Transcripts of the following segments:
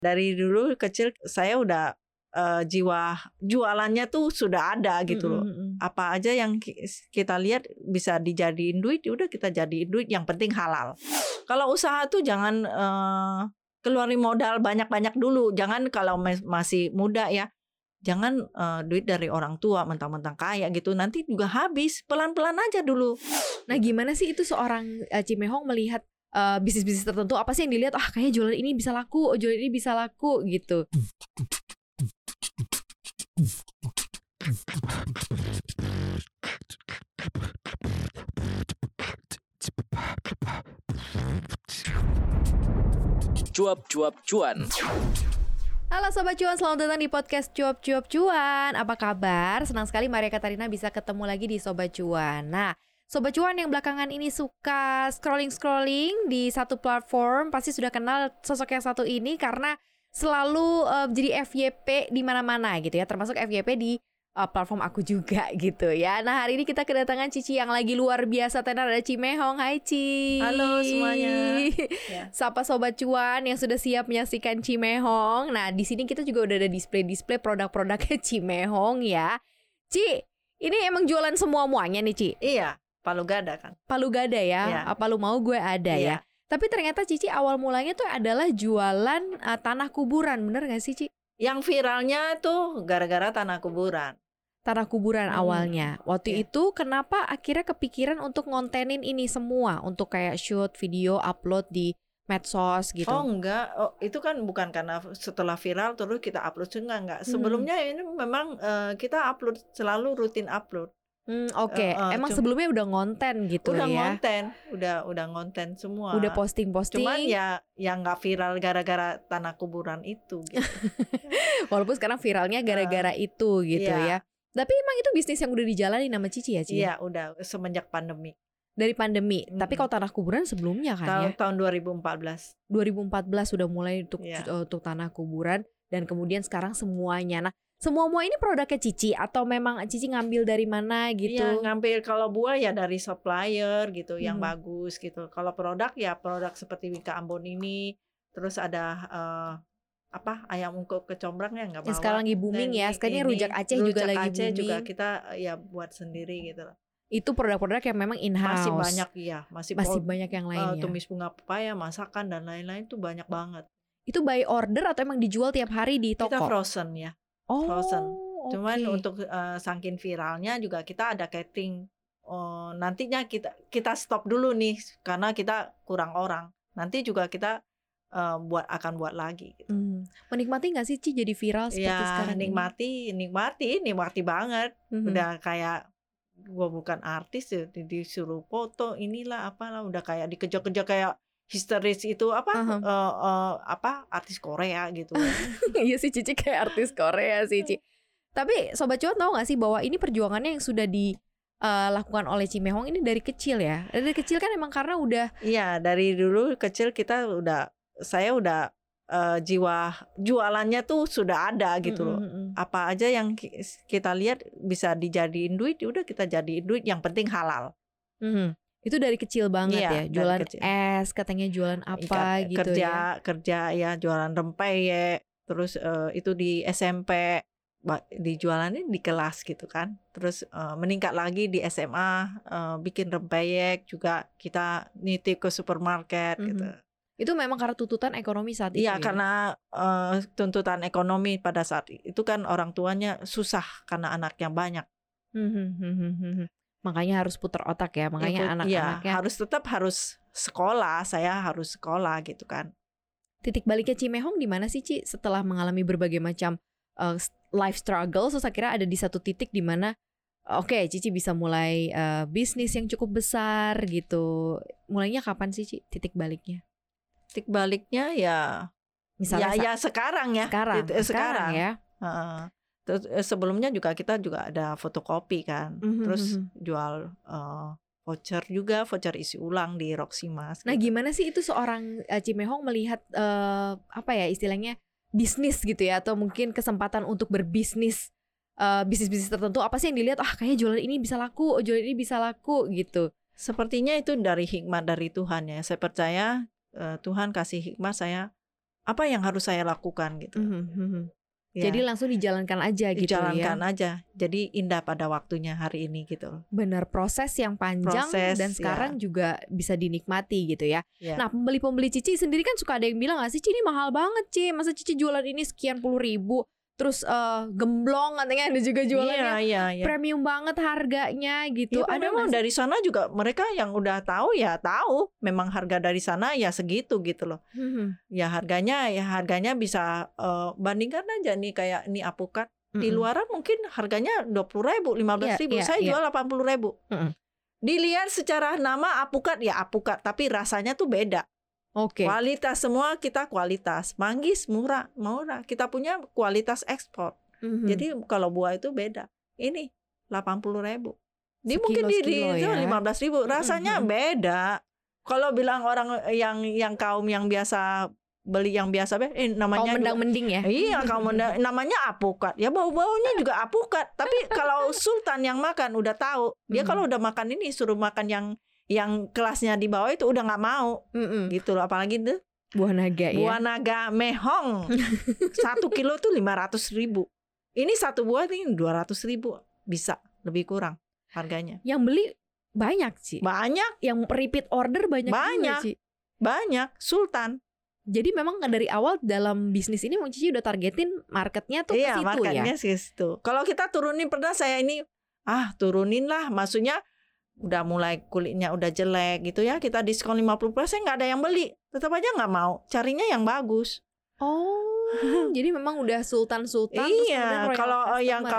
Dari dulu kecil saya udah jiwa jualannya tuh sudah ada gitu loh. Apa aja yang kita lihat bisa dijadiin duit, udah kita jadiin duit, yang penting halal. Kalau usaha tuh jangan keluarin modal banyak-banyak dulu. Jangan kalau masih muda ya. Jangan duit dari orang tua mentang-mentang kaya gitu, nanti juga habis. Pelan-pelan aja dulu. Nah gimana sih itu seorang Cimehong melihat bisnis-bisnis tertentu, apa sih yang dilihat, kayaknya jualan ini bisa laku, jualan ini bisa laku gitu. Cuap-cuap cuan. Halo Sobat Cuan, selamat datang di podcast Cuap-cuap cuan. Apa kabar? Senang sekali Maria Katarina bisa ketemu lagi di Sobat Cuan. Nah, Sobat Cuan yang belakangan ini suka scrolling-scrolling di satu platform pasti sudah kenal sosok yang satu ini karena selalu jadi FYP di mana-mana gitu ya, termasuk FYP di platform aku juga gitu ya. Nah, hari ini kita kedatangan Cici yang lagi luar biasa tenar, ada Cimehong. Hai Ci. Halo semuanya. Ya. Sapa Sobat Cuan yang sudah siap menyaksikan Cimehong. Nah, di sini kita juga udah ada display produk-produknya Cimehong ya. Ci, ini emang jualan semua-muanya nih Ci? Iya, Palu Gada kan. Palu Gada ya, Palu mau gue ada ya. Tapi ternyata Cici awal mulanya tuh adalah jualan tanah kuburan, bener gak sih Ci? Yang viralnya tuh gara-gara tanah kuburan. Tanah kuburan awalnya. Waktu itu kenapa akhirnya kepikiran untuk ngontenin ini semua? Untuk kayak shoot video, upload di medsos gitu? Oh enggak, itu kan bukan karena setelah viral terus kita upload, enggak. Sebelumnya ini memang kita upload, selalu rutin upload. Oke. Emang sebelumnya udah ngonten gitu udah ya? Udah ngonten semua. Udah posting-posting. Cuman ya yang nggak viral gara-gara tanah kuburan itu. Gitu. Walaupun sekarang viralnya gara-gara itu gitu ya. Tapi emang itu bisnis yang udah dijalani nama Cici ya Ci? Iya udah semenjak pandemi. Dari pandemi. Tapi kalau tanah kuburan sebelumnya kan ya? Tahun 2014. 2014 sudah mulai untuk tanah kuburan. Dan kemudian sekarang semuanya. Nah, semua ini produknya Cici atau memang Cici ngambil dari mana gitu? Iya, ngambil kalau buah ya dari supplier gitu yang bagus gitu. Kalau produk ya produk seperti Wika Ambon ini, terus ada ayam ungkep kecombrang ya nggak bawa. Sekarang lagi booming ya. Sekarang rujak Aceh juga lagi Aceh booming. juga kita ya buat sendiri gitu loh. Itu produk-produk yang memang in-house. Masih banyak ya, masih banyak yang lainnya. Tumis bunga pepaya, masakan dan lain-lain tuh banyak banget. Itu by order atau emang dijual tiap hari di toko? Kita frozen ya. Frozen. Cuman untuk saking viralnya juga kita ada catering. Nantinya kita stop dulu nih karena kita kurang orang. Nanti juga kita akan buat lagi gitu. Menikmati nggak sih Ci jadi viral seperti sekarang? Nikmati banget. Udah kayak gua bukan artis ya, disuruh foto inilah apalah, udah kayak dikejar-kejar kayak histeris itu artis Korea gitu. Iya sih Cici kayak artis Korea sih Ci. Tapi Sobat Cuan tahu nggak sih bahwa ini perjuangannya yang sudah dilakukan oleh Cimehong ini dari kecil ya? Dari kecil kan emang karena udah. Iya, dari dulu kecil saya udah jiwa jualannya tuh sudah ada gitu loh. Apa aja yang kita lihat bisa dijadiin duit, udah kita jadiin duit, yang penting halal. Itu dari kecil banget ya, jualan es, katanya jualan apa gitu kerja ya, jualan rempeyek, terus itu di SMP dijualannya di kelas gitu kan, terus meningkat lagi di SMA, bikin rempeyek juga kita nitip ke supermarket gitu. Itu memang karena tuntutan ekonomi saat itu. Iya, karena tuntutan ekonomi pada saat itu kan orang tuanya susah karena anaknya banyak. Makanya harus putar otak ya, makanya anak-anaknya harus sekolah, saya harus sekolah gitu kan. Titik baliknya Cimehong di mana sih Ci setelah mengalami berbagai macam life struggle, terus akhirnya ada di satu titik di mana Cici bisa mulai bisnis yang cukup besar gitu. Mulainya kapan sih Ci titik baliknya? Titik baliknya ya misalnya sekarang ya. Sekarang ya. Terus sebelumnya kita juga ada fotokopi kan. Terus jual voucher juga, voucher isi ulang di Roximas. Nah, gimana sih itu seorang Cimehong melihat istilahnya bisnis gitu ya, atau mungkin kesempatan untuk berbisnis bisnis-bisnis tertentu, apa sih yang dilihat kayaknya jualan ini bisa laku, jualan ini bisa laku gitu. Sepertinya itu dari hikmat dari Tuhan ya. Saya percaya Tuhan kasih hikmat saya apa yang harus saya lakukan gitu. Ya. Jadi langsung dijalankan aja gitu ya. Dijalankan aja. Jadi indah pada waktunya hari ini gitu. Benar, proses yang panjang dan sekarang juga bisa dinikmati gitu ya. Nah, pembeli-pembeli Cici sendiri kan suka ada yang bilang nggak sih, Cici ini mahal banget Ci, masa Cici jualan ini sekian puluh ribu. Terus gemblong katanya ada juga jualannya. Iya. Premium banget harganya gitu. Ada memang dari sana juga mereka yang udah tahu memang harga dari sana ya segitu gitu loh. Ya harganya bisa bandingkan aja nih kayak ini apukat. Di luaran mungkin harganya 20.000, 15.000. Saya jual 80.000. Dilihat secara nama apukat ya apukat, tapi rasanya tuh beda. Kualitas semua kita kualitas. Manggis murah. Kita punya kualitas ekspor. Jadi kalau buah itu beda. Ini 80.000. Mungkin di 15.000. Rasanya beda. Kalau bilang orang yang kaum yang biasa beli yang biasa namanya kaum mendang-mending ya. Iya, kaum mendang namanya apukat. Ya bau-baunya juga apukat. Tapi kalau sultan yang makan udah tahu. Dia kalau udah makan ini suruh makan yang kelasnya di bawah itu udah nggak mau, gitu loh. Apalagi tuh buah naga buah naga mehong 1 kilo tuh 500.000. Ini satu buah ini 200.000, bisa lebih kurang harganya. Yang beli banyak sih. Banyak. Yang repeat order banyak juga, Ci. Banyak. Sultan. Jadi memang dari awal dalam bisnis ini Cici udah targetin marketnya tuh ke situ ya. Iya, marketnya ke situ. Kalau kita turunin pernah saya ini turunin lah, maksudnya udah mulai kulitnya udah jelek gitu ya, kita diskon 50%, nggak ada yang beli, tetap aja nggak mau, carinya yang bagus. Jadi memang udah sultan. Iya, kalau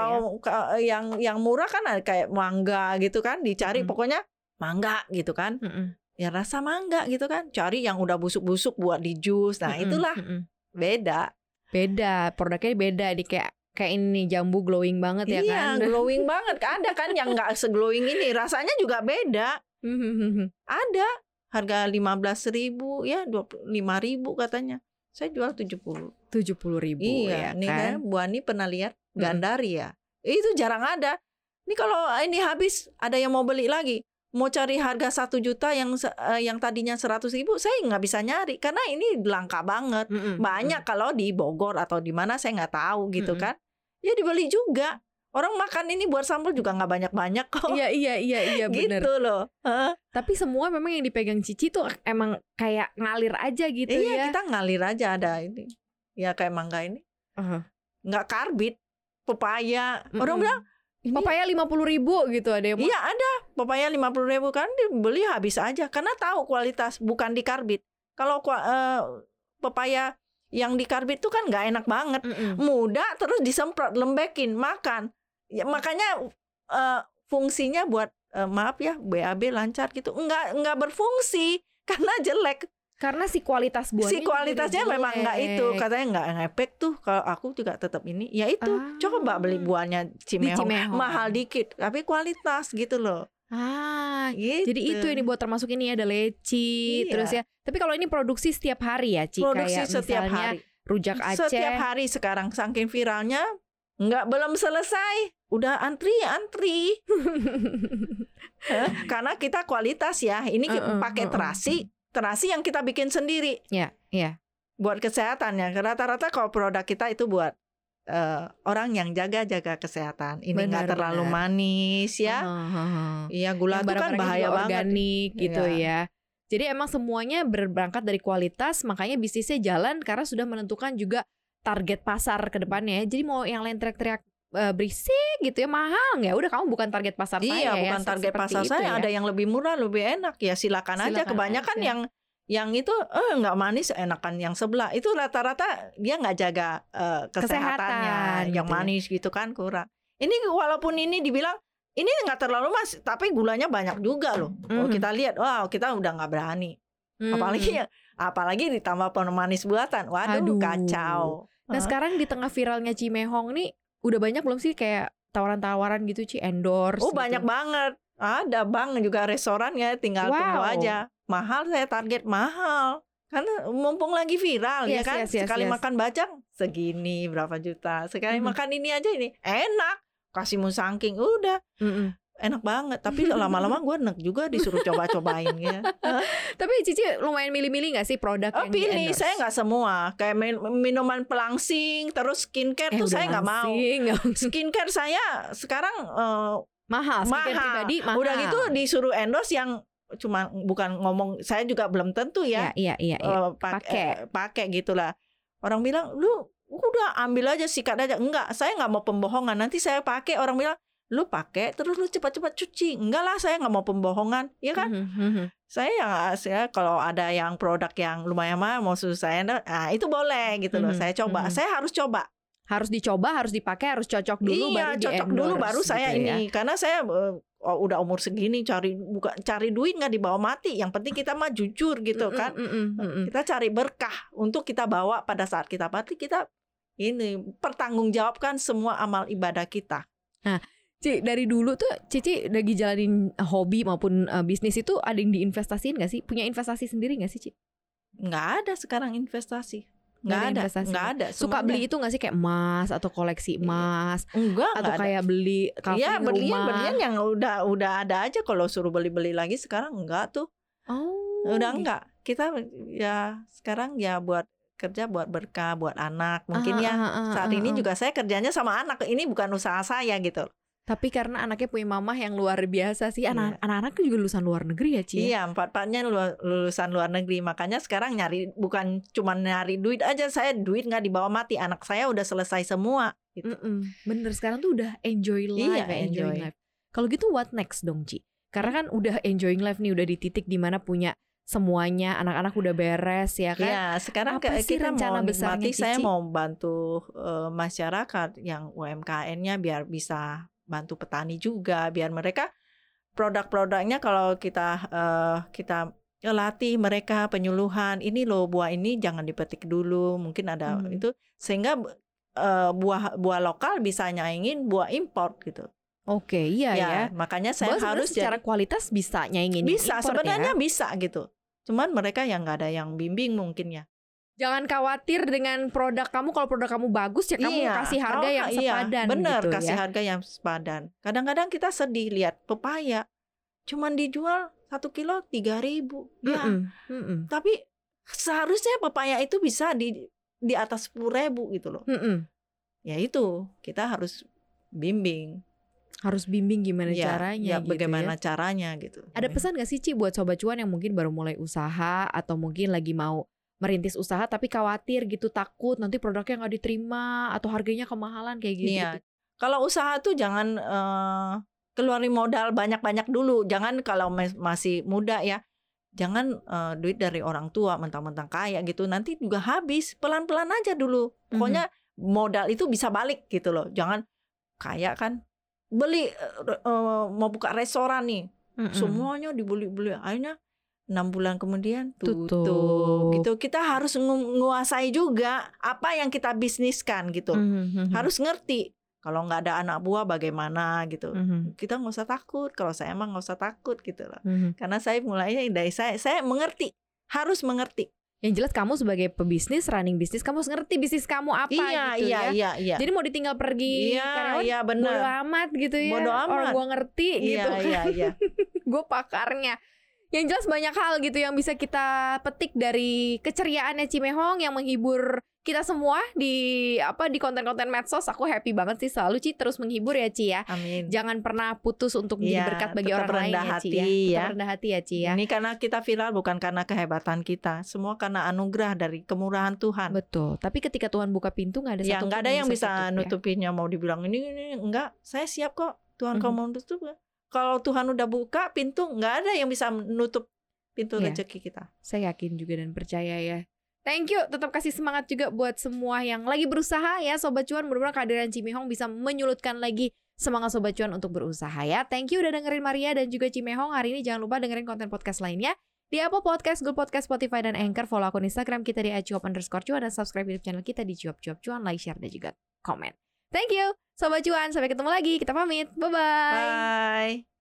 yang murah kan ada kayak mangga gitu kan, dicari pokoknya mangga gitu kan, ya rasa mangga gitu kan, cari yang udah busuk-busuk buat di jus. Nah itulah beda produknya beda di kayak ini jambu glowing banget ya kan. Iya, glowing banget. Ada kan yang nggak seglowing ini, rasanya juga beda. Ada harga 15.000 ya, 25.000 katanya. Saya jual 70.000. Iya, iya, nih kan buah ini pernah lihat Gandaria. Itu jarang ada. Ini kalau ini habis ada yang mau beli lagi. Mau cari harga 1 juta yang tadinya 100.000, saya nggak bisa nyari karena ini langka banget. Banyak kalau di Bogor atau di mana saya nggak tahu gitu kan. Ya dibeli juga. Orang makan ini buat sambal juga nggak banyak-banyak kok. Iya benar. Gitu loh. Tapi semua memang yang dipegang Cici tuh emang kayak ngalir aja gitu ya. Iya, kita ngalir aja ada ini. Ya kayak mangga ini. Nggak karbit. Pepaya. Orang bilang ini pepaya 50.000 gitu ada yang Iya ada. Pepaya 50.000 kan dibeli habis aja karena tahu kualitas, bukan dikarbit. Kalau pepaya yang dikarbit itu kan nggak enak banget, muda terus disemprot, lembekin, makan. Ya, makanya fungsinya buat maaf ya BAB lancar gitu, nggak berfungsi karena jelek. Karena si kualitasnya memang nggak itu, katanya nggak ngepek tuh. Kalau aku juga tetap ini, ya itu coba beli buahnya Cimehong, mahal dikit, tapi kualitas gitu loh. Gitu. Jadi itu ini buat termasuk ini ada leci, terus ya. Tapi kalau ini produksi setiap hari ya, Ci, produksi kayak setiap misalnya hari. Rujak Aceh. Setiap hari sekarang saking viralnya, belum selesai, udah antri. Karena kita kualitas ya. Ini pakai terasi yang kita bikin sendiri. Iya. Buat kesehatannya. Rata-rata kalau produk kita itu buat orang yang jaga kesehatan. Ini nggak terlalu manis ya. Iya, gula itu kan bahaya banget. Organik gitu ya. Jadi emang semuanya berangkat dari kualitas, makanya bisnisnya jalan karena sudah menentukan juga target pasar ke depannya. Jadi mau yang lain teriak-teriak berisik gitu ya, mahal ya, udah kamu bukan target pasar saya. Iya, bukan target pasar saya. Ada yang lebih murah, lebih enak ya silakan aja. Kebanyakan yang itu nggak manis, enakan yang sebelah. Itu rata-rata dia nggak jaga kesehatannya, yang gitu manis gitu kan kurang. Ini walaupun ini dibilang ini nggak terlalu mas, tapi gulanya banyak juga loh. Kalau kita lihat, kita udah nggak berani. Apalagi ditambah pemanis buatan. Waduh, kacau. Nah sekarang di tengah viralnya Cimehong nih, udah banyak belum sih kayak tawaran-tawaran gitu, Ci, endorse? Oh gitu. Banyak banget. Ada bang juga restorannya, tinggal tunggu aja. Mahal, saya target mahal. Karena mumpung lagi viral ya kan. Sekali makan bacang segini berapa juta. Sekali makan ini aja ini enak. Kasih musangking udah. enak banget. Tapi lama-lama gue enak juga disuruh coba-cobain ya. Tapi Cici lumayan milih-milih nggak sih produk yang pilih, di-endorse? saya nggak semua. Kayak minuman pelangsing, terus skincare tuh saya nggak mau. Skincare saya sekarang mahal. Pribadi mahal. Udah gitu disuruh endorse yang cuma bukan ngomong, saya juga belum tentu ya. Iya. Pakai gitulah. Orang bilang lu udah ambil aja, sikat aja. Enggak, saya nggak mau pembohongan. Nanti saya pakai, orang bilang lu pakai terus lu cepat-cepat cuci. Enggak lah, saya nggak mau pembohongan, ya kan? Saya kalau ada yang produk yang lumayan mahal mau suruh saya, nah itu boleh gitu loh. Saya coba, saya harus coba. Harus dicoba, harus dipakai, harus cocok dulu, baru cocok dulu baru saya gitu ini. Karena saya udah umur segini cari duit nggak dibawa mati. Yang penting kita mah jujur gitu kan. Kita cari berkah untuk kita bawa pada saat kita mati, kita ini pertanggungjawabkan semua amal ibadah kita. Nah, Ci, dari dulu tuh Cici lagi jalanin hobi maupun bisnis itu ada yang diinvestasiin gak sih? Punya investasi sendiri gak sih, Ci? Nggak ada sekarang investasi. Nggak ada. Suka beli itu gak sih kayak emas atau koleksi emas? Enggak. Atau kayak beli kafe rumah? Berlian yang udah ada aja. Kalau suruh beli yang sekarang enggak tuh. Udah enggak. Kita ya sekarang ya buat kerja buat berkah buat anak. Mungkin saat ini juga saya kerjanya sama anak. Ini bukan usaha saya gitu. Tapi karena anaknya punya mamah yang luar biasa sih. Anak-anak juga lulusan luar negeri ya, Ci? Iya, 4-4-nya lulusan luar negeri. Makanya sekarang bukan cuma nyari duit aja. Saya duit gak dibawa mati. Anak saya udah selesai semua gitu. Bener, sekarang tuh udah enjoy life. Enjoy life. Kalau gitu what next dong, Ci? Karena kan udah enjoying life nih. Udah di titik dimana punya semuanya, anak-anak udah beres ya kan? Iya, sekarang kita mau nikmati. Saya mau bantu masyarakat yang UMKM-nya biar bisa bantu petani juga, biar mereka produk-produknya kalau kita latih mereka penyuluhan, ini loh buah ini jangan dipetik dulu, mungkin ada itu sehingga buah lokal bisa nyaingin buah impor gitu. Oke, iya ya. Makanya saya harus secara kualitas bisa nyaingin bisa import, sebenarnya ya? Bisa gitu. Cuman mereka yang nggak ada yang bimbing mungkin ya. Jangan khawatir dengan produk kamu. Kalau produk kamu bagus ya kamu kasih harga yang sepadan. Bener, gitu, kasih ya? harga yang sepadan. Kadang-kadang kita sedih lihat pepaya cuman dijual 1 kilo 3.000. Ya. Tapi seharusnya pepaya itu bisa di atas 10.000 gitu loh. Ya itu kita harus bimbing. Harus bimbing gimana caranya gitu bagaimana caranya gitu. Ada pesan gak sih, Ci, buat Sobat Cuan yang mungkin baru mulai usaha atau mungkin lagi mau merintis usaha tapi khawatir gitu, takut nanti produknya nggak diterima atau harganya kemahalan kayak gitu? Iya. Kalau usaha tuh jangan keluarin modal banyak-banyak dulu. Jangan kalau masih muda ya. Jangan duit dari orang tua mentang-mentang kaya gitu. Nanti juga habis. Pelan-pelan aja dulu. Pokoknya modal itu bisa balik gitu loh. Jangan kaya kan beli mau buka restoran nih. Semuanya dibeli-beli. Akhirnya 6 bulan kemudian tutup gitu. Kita harus menguasai juga apa yang kita bisniskan gitu. Harus ngerti. Kalau nggak ada anak buah bagaimana gitu. Kita nggak usah takut. Kalau saya emang nggak usah takut gitu loh. Karena saya mulainya dari saya mengerti. Harus mengerti. Yang jelas kamu sebagai pebisnis, running bisnis, kamu harus ngerti bisnis kamu apa gitu ya. Iya. Jadi mau ditinggal pergi karyawan, bener. bodo amat gitu ya. Bodo amat. Orang gua ngerti gitu kan. Iya. Gue pakarnya. Yang jelas banyak hal gitu yang bisa kita petik dari keceriaannya Cimehong yang menghibur kita semua di konten-konten medsos. Aku happy banget sih selalu Ci terus menghibur ya Ci ya. Amin. Jangan pernah putus untuk jadi berkat bagi orang lain ya Ci ya. Tetap rendah hati ya Ci ya. Ini karena kita viral bukan karena kehebatan kita, semua karena anugerah dari kemurahan Tuhan. Betul. Tapi ketika Tuhan buka pintu nggak ada satu nggak ada yang bisa tutup, nutupinnya. Mau dibilang ini enggak, saya siap kok. Tuhan kalau mau tutup. Kalau Tuhan udah buka pintu, nggak ada yang bisa menutup pintu rezeki kita. Saya yakin juga dan percaya ya. Thank you, tetap kasih semangat juga buat semua yang lagi berusaha ya Sobat Cuan. Mudah-mudahan kehadiran Cimehong bisa menyulutkan lagi semangat Sobat Cuan untuk berusaha ya. Thank you udah dengerin Maria dan juga Cimehong. Hari ini jangan lupa dengerin konten podcast lainnya di Apple Podcast, Google Podcast, Spotify, dan Anchor. Follow akun Instagram kita di @cuap_cuan dan subscribe YouTube channel kita di cuap-cuap-cuan. Like, share, dan juga komen. Thank you Sobat Cuan, sampai ketemu lagi. Kita pamit, bye-bye. Bye.